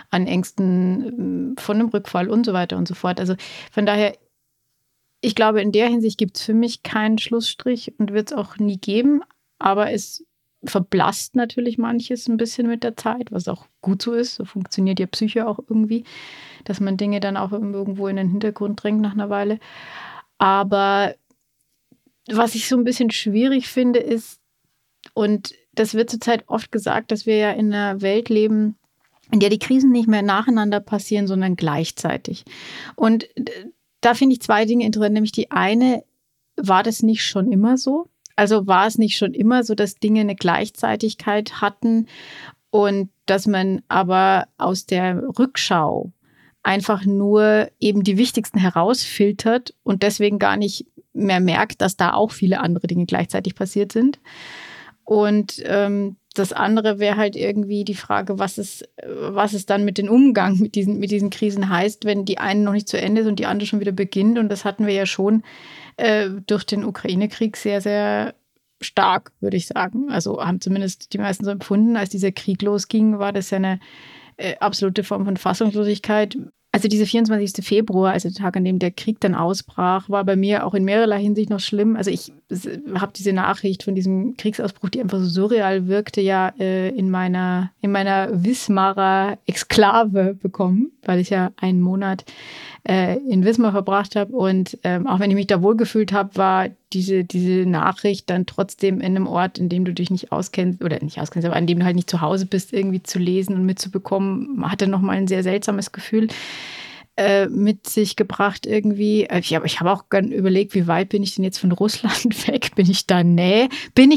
Ängsten von einem Rückfall und so weiter und so fort. Also von daher, ich glaube, in der Hinsicht gibt es für mich keinen Schlussstrich und wird es auch nie geben, aber es verblasst natürlich manches ein bisschen mit der Zeit, was auch gut so ist. So funktioniert ja Psyche auch irgendwie, dass man Dinge dann auch irgendwo in den Hintergrund drängt nach einer Weile. Aber was ich so ein bisschen schwierig finde ist, und das wird zurzeit oft gesagt, dass wir ja in einer Welt leben, in der die Krisen nicht mehr nacheinander passieren, sondern gleichzeitig. Und da finde ich zwei Dinge interessant. Nämlich die eine, war das nicht schon immer so? Also war es nicht schon immer so, dass Dinge eine Gleichzeitigkeit hatten und dass man aber aus der Rückschau einfach nur eben die wichtigsten herausfiltert und deswegen gar nicht mehr merkt, dass da auch viele andere Dinge gleichzeitig passiert sind? Und das andere wäre halt irgendwie die Frage, was es dann mit dem Umgang mit diesen Krisen heißt, wenn die eine noch nicht zu Ende ist und die andere schon wieder beginnt. Und das hatten wir ja schon durch den Ukraine-Krieg sehr, sehr stark, würde ich sagen. Also haben zumindest die meisten so empfunden, als dieser Krieg losging, war das ja eine absolute Form von Fassungslosigkeit. Also dieser 24. Februar, also der Tag, an dem der Krieg dann ausbrach, war bei mir auch in mehrerlei Hinsicht noch schlimm. Also ich habe diese Nachricht von diesem Kriegsausbruch, die einfach so surreal wirkte, ja in meiner Wismarer Exklave bekommen, weil ich ja einen Monat in Wismar verbracht habe. Und auch wenn ich mich da wohlgefühlt habe, war diese Nachricht dann trotzdem in einem Ort, in dem du dich nicht auskennst, oder nicht auskennst, aber an dem du halt nicht zu Hause bist, irgendwie zu lesen und mitzubekommen, hatte nochmal ein sehr seltsames Gefühl mit sich gebracht irgendwie. Ich habe auch gern überlegt, wie weit bin ich denn jetzt von Russland weg? Bin ich da näher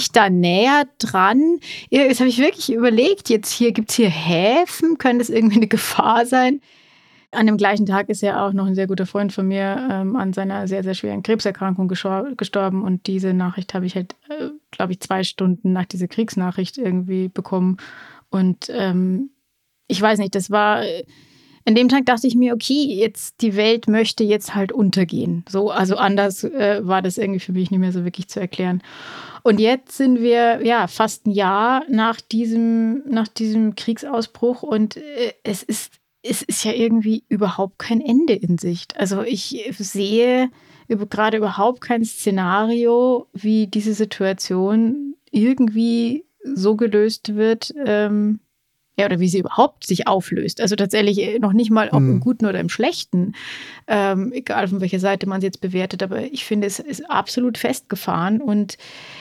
dran? Das habe ich wirklich überlegt. Jetzt gibt es hier Häfen, könnte es irgendwie eine Gefahr sein? An dem gleichen Tag ist ja auch noch ein sehr guter Freund von mir an seiner sehr, sehr schweren Krebserkrankung gestorben. Und diese Nachricht habe ich halt, glaube ich, 2 Stunden nach dieser Kriegsnachricht irgendwie bekommen. Und ich weiß nicht, das war... An dem Tag dachte ich mir, okay, jetzt die Welt möchte jetzt halt untergehen. So, also anders war das irgendwie für mich nicht mehr so wirklich zu erklären. Und jetzt sind wir ja fast ein Jahr nach diesem Kriegsausbruch und es ist ja irgendwie überhaupt kein Ende in Sicht. Also ich sehe gerade überhaupt kein Szenario, wie diese Situation irgendwie so gelöst wird, oder wie sie überhaupt sich auflöst. Also tatsächlich noch nicht mal, ob im Guten oder im Schlechten, egal von welcher Seite man es jetzt bewertet, aber ich finde, es ist absolut festgefahren und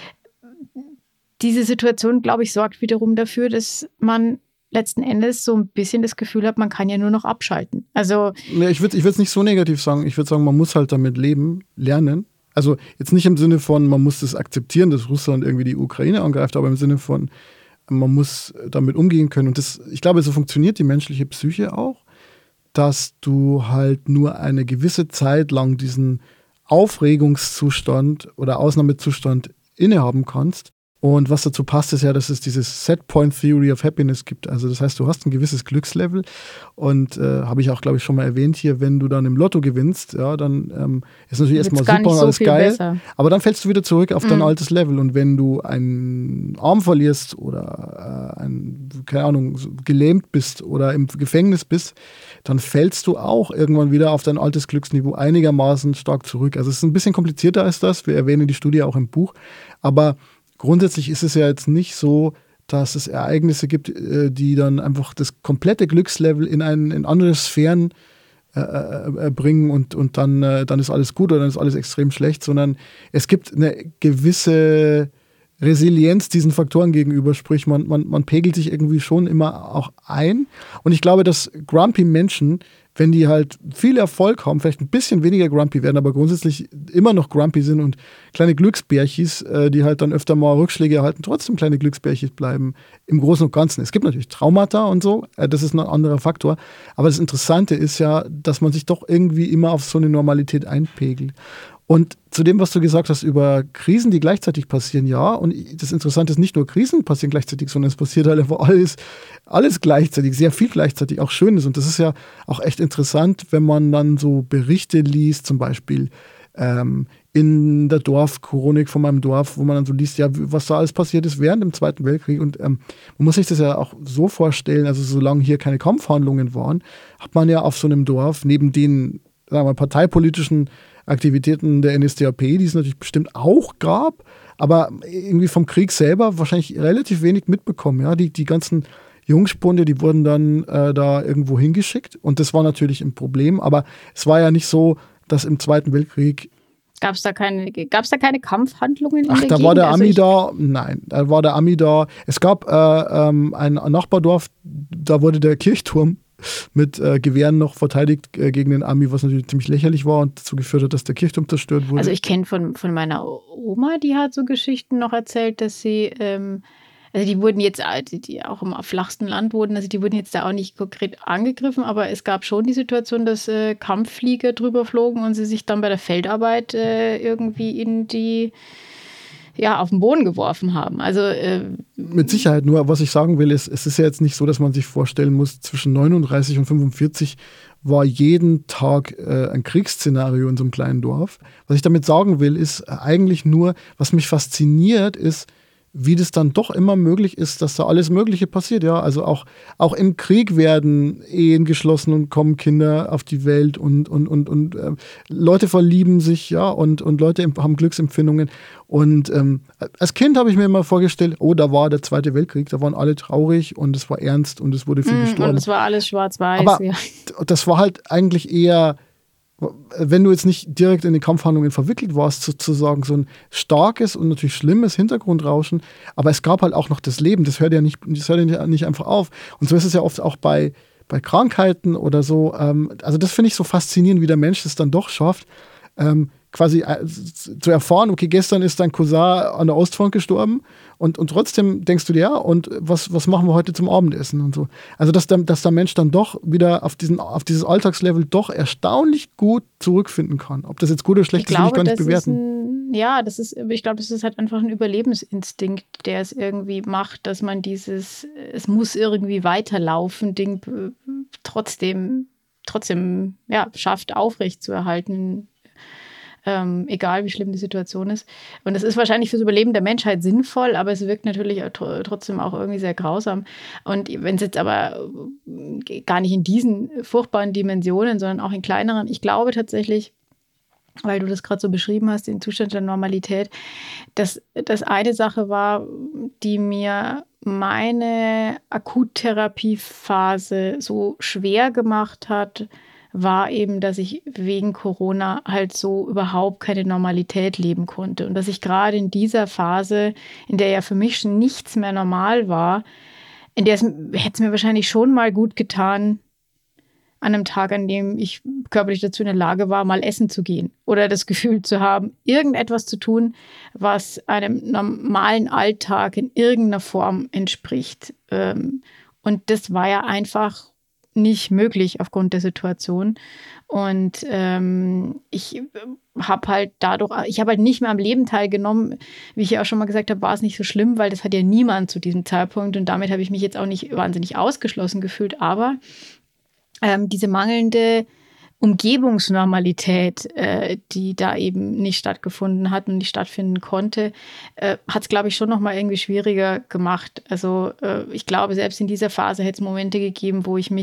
diese Situation, glaube ich, sorgt wiederum dafür, dass man letzten Endes so ein bisschen das Gefühl hat, man kann ja nur noch abschalten. Also ja, ich würde es nicht so negativ sagen. Ich würde sagen, man muss halt damit lernen. Also jetzt nicht im Sinne von, man muss das akzeptieren, dass Russland irgendwie die Ukraine angreift, aber im Sinne von, man muss damit umgehen können. Und ich glaube, so funktioniert die menschliche Psyche auch, dass du halt nur eine gewisse Zeit lang diesen Aufregungszustand oder Ausnahmezustand innehaben kannst. Und was dazu passt, ist ja, dass es dieses Set-Point Theory of Happiness gibt. Also das heißt, du hast ein gewisses Glückslevel und habe ich auch, glaube ich, schon mal erwähnt hier, wenn du dann im Lotto gewinnst, ja, dann ist natürlich erstmal super und alles geil. Besser. Aber dann fällst du wieder zurück auf dein altes Level. Und wenn du einen Arm verlierst oder keine Ahnung, gelähmt bist oder im Gefängnis bist, dann fällst du auch irgendwann wieder auf dein altes Glücksniveau einigermaßen stark zurück. Also es ist ein bisschen komplizierter als das. Wir erwähnen die Studie auch im Buch. Aber grundsätzlich ist es ja jetzt nicht so, dass es Ereignisse gibt, die dann einfach das komplette Glückslevel in andere Sphären bringen und dann ist alles gut oder dann ist alles extrem schlecht, sondern es gibt eine gewisse Resilienz diesen Faktoren gegenüber, sprich man pegelt sich irgendwie schon immer auch ein. Und ich glaube, dass grumpy Menschen, wenn die halt viel Erfolg haben, vielleicht ein bisschen weniger grumpy werden, aber grundsätzlich immer noch grumpy sind und kleine Glücksbärchis, die halt dann öfter mal Rückschläge erhalten, trotzdem kleine Glücksbärchis bleiben im Großen und Ganzen. Es gibt natürlich Traumata und so, das ist ein anderer Faktor. Aber das Interessante ist ja, dass man sich doch irgendwie immer auf so eine Normalität einpegelt. Und zu dem, was du gesagt hast über Krisen, die gleichzeitig passieren, ja. Und das Interessante ist, nicht nur Krisen passieren gleichzeitig, sondern es passiert halt einfach alles gleichzeitig, sehr viel gleichzeitig, auch Schönes. Und das ist ja auch echt interessant, wenn man dann so Berichte liest, zum Beispiel in der Dorfchronik von meinem Dorf, wo man dann so liest, ja, was da alles passiert ist während dem Zweiten Weltkrieg. Und man muss sich das ja auch so vorstellen, also solange hier keine Kampfhandlungen waren, hat man ja auf so einem Dorf neben den, sagen wir, parteipolitischen Aktivitäten der NSDAP, die es natürlich bestimmt auch gab, aber irgendwie vom Krieg selber wahrscheinlich relativ wenig mitbekommen. Ja? Die ganzen Jungspunde, die wurden dann da irgendwo hingeschickt und das war natürlich ein Problem, aber es war ja nicht so, dass im Zweiten Weltkrieg Gab's da keine Kampfhandlungen in Ach, der da Gegend? war der Ami da? Nein, da war der Ami da. Es gab ein Nachbardorf, da wurde der Kirchturm mit Gewehren noch verteidigt gegen den Ami, was natürlich ziemlich lächerlich war und dazu geführt hat, dass der Kirchturm zerstört wurde. Also ich kenne von meiner Oma, die hat so Geschichten noch erzählt, dass sie, also die wurden jetzt, die auch im flachsten Land wurden, also die wurden jetzt da auch nicht konkret angegriffen, aber es gab schon die Situation, dass Kampfflieger drüber flogen und sie sich dann bei der Feldarbeit irgendwie auf den Boden geworfen haben. Also mit Sicherheit, nur was ich sagen will, ist, es ist ja jetzt nicht so, dass man sich vorstellen muss, zwischen 39 und 45 war jeden Tag ein Kriegsszenario in so einem kleinen Dorf. Was ich damit sagen will, ist eigentlich nur, was mich fasziniert, ist, wie das dann doch immer möglich ist, dass da alles Mögliche passiert. Ja, also auch im Krieg werden Ehen geschlossen und kommen Kinder auf die Welt und Leute verlieben sich, ja, und Leute haben Glücksempfindungen. Und als Kind habe ich mir immer vorgestellt, oh, da war der Zweite Weltkrieg, da waren alle traurig und es war ernst und es wurde viel gestorben. Und es war alles schwarz-weiß. Aber ja. Das war halt eigentlich eher, wenn du jetzt nicht direkt in die Kampfhandlungen verwickelt warst, sozusagen so ein starkes und natürlich schlimmes Hintergrundrauschen, aber es gab halt auch noch das Leben, das hört ja nicht einfach auf. Und so ist es ja oft auch bei Krankheiten oder so. Also das finde ich so faszinierend, wie der Mensch es dann doch schafft, quasi zu erfahren, okay, gestern ist dein Cousin an der Ostfront gestorben und trotzdem denkst du dir, ja, und was machen wir heute zum Abendessen und so. Also dass der Mensch dann doch wieder auf dieses Alltagslevel doch erstaunlich gut zurückfinden kann. Ob das jetzt gut oder schlecht ist, will ich gar nicht bewerten. Ich glaube, das ist halt einfach ein Überlebensinstinkt, der es irgendwie macht, dass man es muss irgendwie weiterlaufen, Ding trotzdem schafft, aufrechtzuerhalten. Egal wie schlimm die Situation ist. Und das ist wahrscheinlich fürs Überleben der Menschheit sinnvoll, aber es wirkt natürlich trotzdem auch irgendwie sehr grausam. Und wenn es jetzt aber gar nicht in diesen furchtbaren Dimensionen, sondern auch in kleineren, ich glaube tatsächlich, weil du das gerade so beschrieben hast, den Zustand der Normalität, dass das eine Sache war, die mir meine Akuttherapiephase so schwer gemacht hat, war eben, dass ich wegen Corona halt so überhaupt keine Normalität leben konnte. Und dass ich gerade in dieser Phase, in der ja für mich schon nichts mehr normal war, in der hätte es mir wahrscheinlich schon mal gut getan, an einem Tag, an dem ich körperlich dazu in der Lage war, mal essen zu gehen oder das Gefühl zu haben, irgendetwas zu tun, was einem normalen Alltag in irgendeiner Form entspricht. Und das war ja einfach nicht möglich aufgrund der Situation. Und ich habe halt nicht mehr am Leben teilgenommen. Wie ich ja auch schon mal gesagt habe, war es nicht so schlimm, weil das hat ja niemand zu diesem Zeitpunkt und damit habe ich mich jetzt auch nicht wahnsinnig ausgeschlossen gefühlt. Aber diese mangelnde Umgebungsnormalität, die da eben nicht stattgefunden hat und nicht stattfinden konnte, hat es, glaube ich, schon noch mal irgendwie schwieriger gemacht. Also ich glaube, selbst in dieser Phase hätte es Momente gegeben, wo ich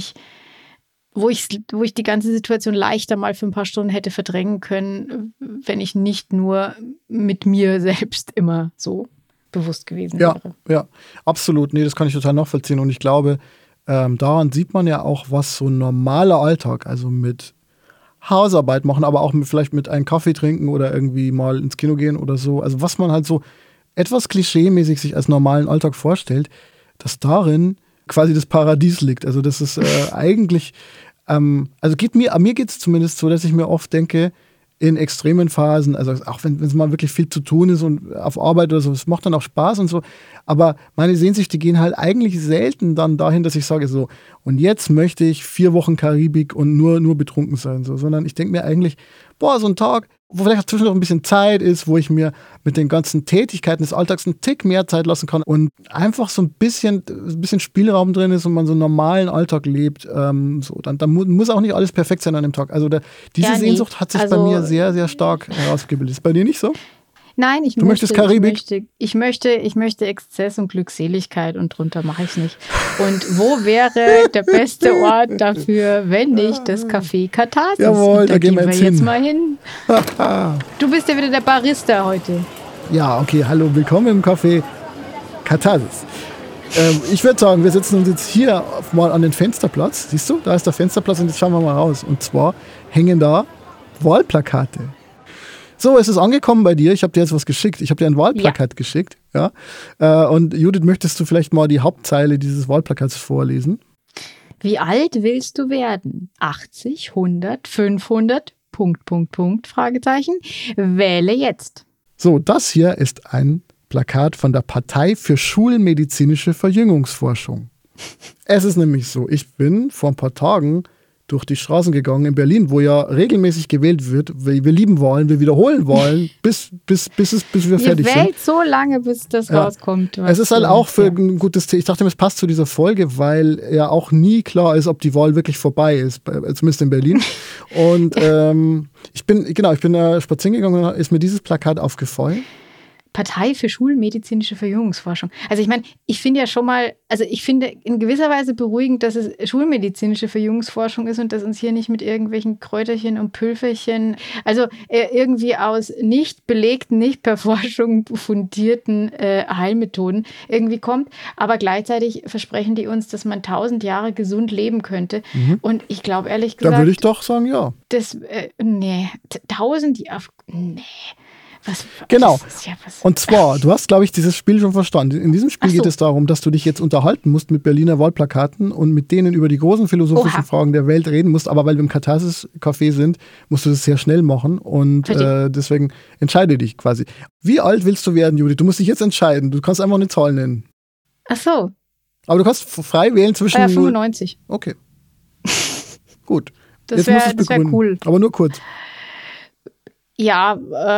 die ganze Situation leichter mal für ein paar Stunden hätte verdrängen können, wenn ich nicht nur mit mir selbst immer so bewusst gewesen wäre. Ja, absolut. Nee, das kann ich total nachvollziehen. Und ich glaube, daran sieht man ja auch, was so ein normaler Alltag, also mit Hausarbeit machen, aber auch vielleicht mit einem Kaffee trinken oder irgendwie mal ins Kino gehen oder so. Also was man halt so etwas klischeemäßig sich als normalen Alltag vorstellt, dass darin quasi das Paradies liegt. Also das ist eigentlich, also mir geht es zumindest so, dass ich mir oft denke, in extremen Phasen, also auch wenn es mal wirklich viel zu tun ist und auf Arbeit oder so, es macht dann auch Spaß und so, aber meine Sehnsüchte gehen halt eigentlich selten dann dahin, dass ich sage so, und jetzt möchte ich 4 Wochen Karibik und nur betrunken sein, so, sondern ich denke mir eigentlich, so ein Tag, wo vielleicht zwischen noch ein bisschen Zeit ist, wo ich mir mit den ganzen Tätigkeiten des Alltags einen Tick mehr Zeit lassen kann und einfach so ein bisschen Spielraum drin ist und man so einen normalen Alltag lebt, dann muss auch nicht alles perfekt sein an dem Tag. Also diese Sehnsucht hat sich bei mir sehr, sehr stark herausgebildet. Ist bei dir nicht so? Nein, du möchtest Karibik? Ich möchte Exzess und Glückseligkeit und drunter mache ich es nicht. Und wo wäre der beste Ort dafür, wenn nicht das Café Katharsis? Jawohl, da gehen wir jetzt mal hin. Du bist ja wieder der Barista heute. Ja, okay, hallo, willkommen im Café Katharsis. Ich würde sagen, wir setzen uns jetzt hier mal an den Fensterplatz. Siehst du, da ist der Fensterplatz und jetzt schauen wir mal raus. Und zwar hängen da Wahlplakate. So, es ist angekommen bei dir. Ich habe dir jetzt was geschickt. Ich habe dir ein Wahlplakat geschickt. Ja? Und Judith, möchtest du vielleicht mal die Hauptzeile dieses Wahlplakats vorlesen? Wie alt willst du werden? 80, 100, 500, Fragezeichen. Wähle jetzt. So, das hier ist ein Plakat von der Partei für schulmedizinische Verjüngungsforschung. Es ist nämlich so, ich bin vor ein paar Tagen durch die Straßen gegangen in Berlin, wo ja regelmäßig gewählt wird, weil wir lieben wollen, wir wiederholen wollen, bis wir fertig sind. Ihr wählt so lange, bis das rauskommt. Es ist halt auch für ein gutes Thema. Ich dachte, es passt zu dieser Folge, weil ja auch nie klar ist, ob die Wahl wirklich vorbei ist, zumindest in Berlin. Und ich bin spazieren gegangen und ist mir dieses Plakat aufgefallen. Partei für schulmedizinische Verjüngungsforschung. Also ich meine, ich finde ja schon mal, also ich finde in gewisser Weise beruhigend, dass es schulmedizinische Verjüngungsforschung ist und dass uns hier nicht mit irgendwelchen Kräuterchen und Pülferchen, also irgendwie aus nicht belegten, nicht per Forschung fundierten Heilmethoden irgendwie kommt. Aber gleich versprechen die uns, dass man 1000 Jahre gesund leben könnte. Und ich glaube ehrlich gesagt... Da würde ich doch sagen, ja. 1000 Jahre... Nee. Genau. Und zwar, du hast, glaube ich, dieses Spiel schon verstanden. In diesem Spiel geht es darum, dass du dich jetzt unterhalten musst mit Berliner Wahlplakaten und mit denen über die großen philosophischen Fragen der Welt reden musst. Aber weil wir im Katharsis-Café sind, musst du das sehr schnell machen. Und deswegen entscheide dich quasi. Wie alt willst du werden, Judith? Du musst dich jetzt entscheiden. Du kannst einfach eine Zahl nennen. Ach so. Aber du kannst frei wählen zwischen... 95. Okay. Gut. Das wäre cool. Aber nur kurz. Ja,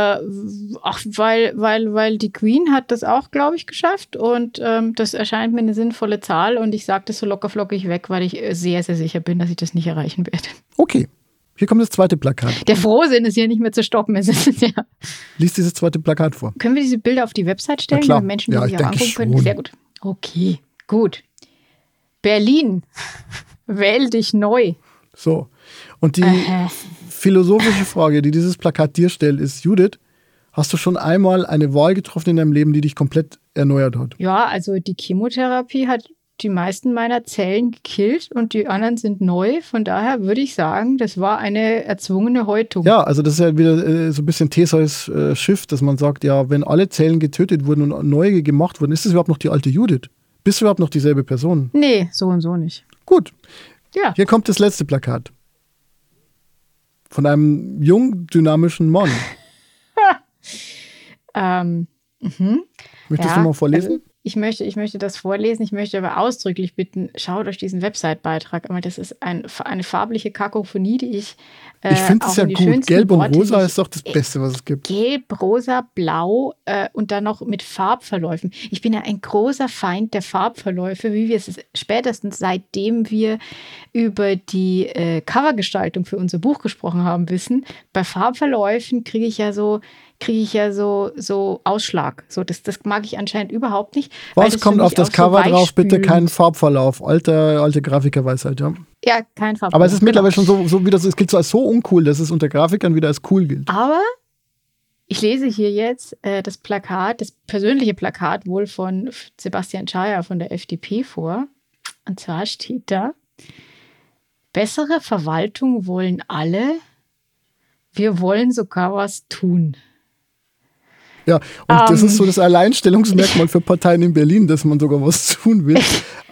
weil die Queen hat das auch, glaube ich, geschafft und das erscheint mir eine sinnvolle Zahl und ich sage das so lockerflockig weg, weil ich sehr, sehr sicher bin, dass ich das nicht erreichen werde. Okay, hier kommt das zweite Plakat. Der Frohsinn ist hier nicht mehr zu stoppen. Lies dieses zweite Plakat vor. Können wir diese Bilder auf die Website stellen, damit Menschen die sich auch angucken können? Sehr gut. Okay, gut. Berlin, wähl dich neu. So, und die philosophische Frage, die dieses Plakat dir stellt, ist, Judith, hast du schon einmal eine Wahl getroffen in deinem Leben, die dich komplett erneuert hat? Ja, also die Chemotherapie hat die meisten meiner Zellen gekillt und die anderen sind neu. Von daher würde ich sagen, das war eine erzwungene Häutung. Ja, also das ist ja wieder so ein bisschen Theseus Schiff, dass man sagt, ja, wenn alle Zellen getötet wurden und neue gemacht wurden, ist das überhaupt noch die alte Judith? Bist du überhaupt noch dieselbe Person? Nee, so und so nicht. Gut. Ja. Hier kommt das letzte Plakat. Von einem jung, dynamischen Mann. Möchtest du mal vorlesen? Also ich möchte das vorlesen. Ich möchte aber ausdrücklich bitten, schaut euch diesen Website-Beitrag an. Das ist eine farbliche Kakophonie, die ich finde es ja gut. Gelb und rosa ist doch das Beste, was es gibt. Gelb, rosa, blau und dann noch mit Farbverläufen. Ich bin ja ein großer Feind der Farbverläufe, wie wir es spätestens seitdem wir über die Covergestaltung für unser Buch gesprochen haben, wissen. Bei Farbverläufen kriege ich ja so Ausschlag. So, das mag ich anscheinend überhaupt nicht. Was kommt auf das Cover drauf? Bitte keinen Farbverlauf. Alte Grafikerweisheit, ja. Ja, kein Farbverlauf. Aber es ist mittlerweile schon so wie das, es gilt so als so uncool, dass es unter Grafikern wieder als cool gilt. Aber ich lese hier jetzt das Plakat, das persönliche Plakat wohl von Sebastian Czaja von der FDP vor. Und zwar steht da: Bessere Verwaltung wollen alle. Wir wollen sogar was tun. Ja, und das ist so das Alleinstellungsmerkmal für Parteien in Berlin, dass man sogar was tun will.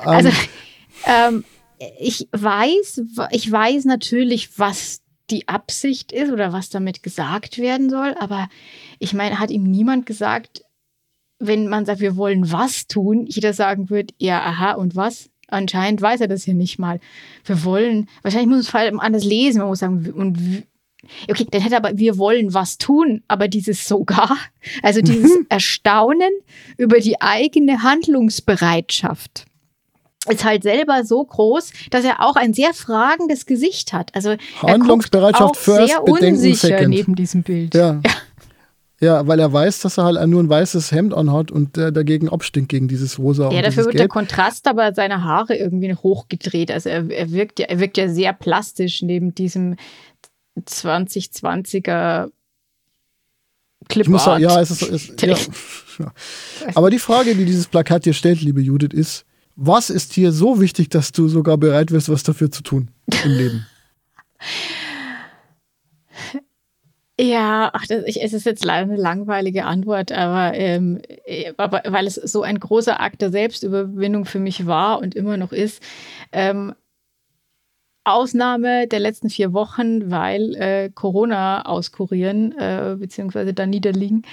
Ich weiß natürlich, was die Absicht ist oder was damit gesagt werden soll, aber ich meine, hat ihm niemand gesagt, wenn man sagt, wir wollen was tun, jeder sagen wird, ja, aha, und was? Anscheinend weiß er das ja nicht mal. Wahrscheinlich muss es vor allem anders lesen, man muss sagen, okay, dann hätte aber, wir wollen was tun, aber dieses sogar, also dieses Erstaunen über die eigene Handlungsbereitschaft ist halt selber so groß, dass er auch ein sehr fragendes Gesicht hat. Also Handlungsbereitschaft first, sehr unsicher neben diesem Bild. Ja, weil er weiß, dass er halt nur ein weißes Hemd anhat und dagegen abstinkt, gegen dieses rosa. Ja, dafür wird der Kontrast aber seine Haare irgendwie hochgedreht. Also er wirkt ja sehr plastisch neben diesem 2020er Clipart. Ja, ja. Aber die Frage, die dieses Plakat dir stellt, liebe Judith, ist, was ist hier so wichtig, dass du sogar bereit wirst, was dafür zu tun im Leben? Ja, es ist jetzt leider eine langweilige Antwort, aber weil es so ein großer Akt der Selbstüberwindung für mich war und immer noch ist. Ausnahme der letzten 4 Wochen, weil Corona auskurieren beziehungsweise da niederliegen,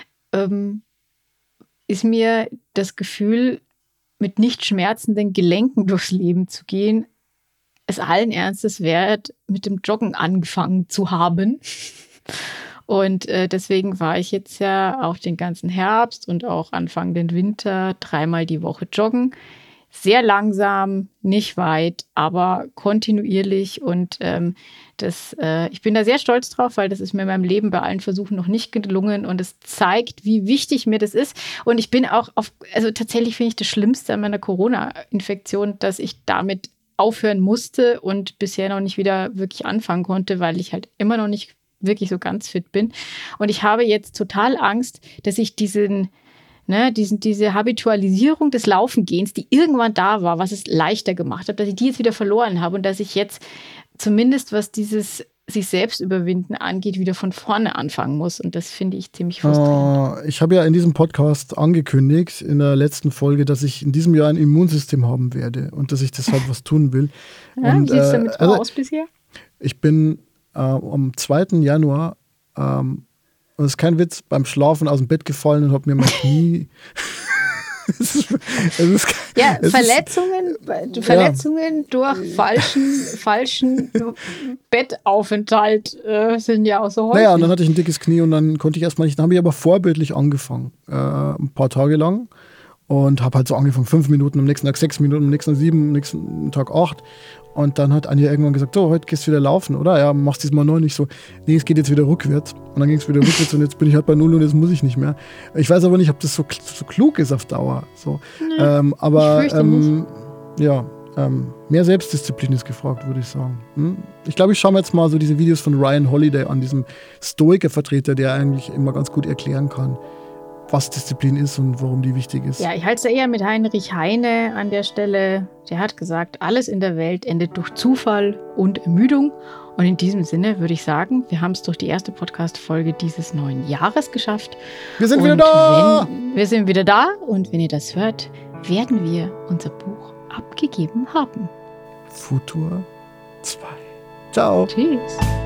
ist mir das Gefühl, mit nicht schmerzenden Gelenken durchs Leben zu gehen, es allen Ernstes wert, mit dem Joggen angefangen zu haben. Und deswegen war ich jetzt ja auch den ganzen Herbst und auch Anfang den Winter 3-mal die Woche joggen. Sehr langsam, nicht weit, aber kontinuierlich. Und ich bin da sehr stolz drauf, weil das ist mir in meinem Leben bei allen Versuchen noch nicht gelungen. Und es zeigt, wie wichtig mir das ist. Und ich bin auch also tatsächlich finde ich das Schlimmste an meiner Corona-Infektion, dass ich damit aufhören musste und bisher noch nicht wieder wirklich anfangen konnte, weil ich halt immer noch nicht wirklich so ganz fit bin. Und ich habe jetzt total Angst, dass ich diese Habitualisierung des Laufengehens, die irgendwann da war, was es leichter gemacht hat, dass ich die jetzt wieder verloren habe und dass ich jetzt zumindest, was dieses sich selbst überwinden angeht, wieder von vorne anfangen muss. Und das finde ich ziemlich frustrierend. Ich habe ja in diesem Podcast angekündigt, in der letzten Folge, dass ich in diesem Jahr ein Immunsystem haben werde und dass ich deshalb was tun will. Ja, wie sieht es damit aus bisher? Ich bin am 2. Januar, und das ist kein Witz, beim Schlafen aus dem Bett gefallen und habe mir mein Knie... Verletzungen durch falschen Bettaufenthalt sind ja auch so häufig. Naja, und dann hatte ich ein dickes Knie und dann konnte ich erstmal nicht. Dann habe ich aber vorbildlich angefangen, ein paar Tage lang. Und habe halt so angefangen, 5 Minuten, am nächsten Tag 6 Minuten, am nächsten Tag 7, am nächsten Tag 8. Und dann hat Anja irgendwann gesagt, so, heute gehst du wieder laufen, oder? Ja, machst diesmal neu nicht so. Nee, es geht jetzt wieder rückwärts. Und dann ging es wieder rückwärts und jetzt bin ich halt bei 0 und jetzt muss ich nicht mehr. Ich weiß aber nicht, ob das so klug ist auf Dauer. So. Nee, aber mehr Selbstdisziplin ist gefragt, würde ich sagen. Ich glaube, ich schaue mir jetzt mal so diese Videos von Ryan Holiday an, diesem Stoiker-Vertreter, der eigentlich immer ganz gut erklären kann, was Disziplin ist und warum die wichtig ist. Ja, ich halte es eher mit Heinrich Heine an der Stelle. Der hat gesagt, alles in der Welt endet durch Zufall und Ermüdung. Und in diesem Sinne würde ich sagen, wir haben es durch die erste Podcast-Folge dieses neuen Jahres geschafft. Wir sind wieder da! Wir sind wieder da und wenn ihr das hört, werden wir unser Buch abgegeben haben. Futur 2. Ciao. Tschüss.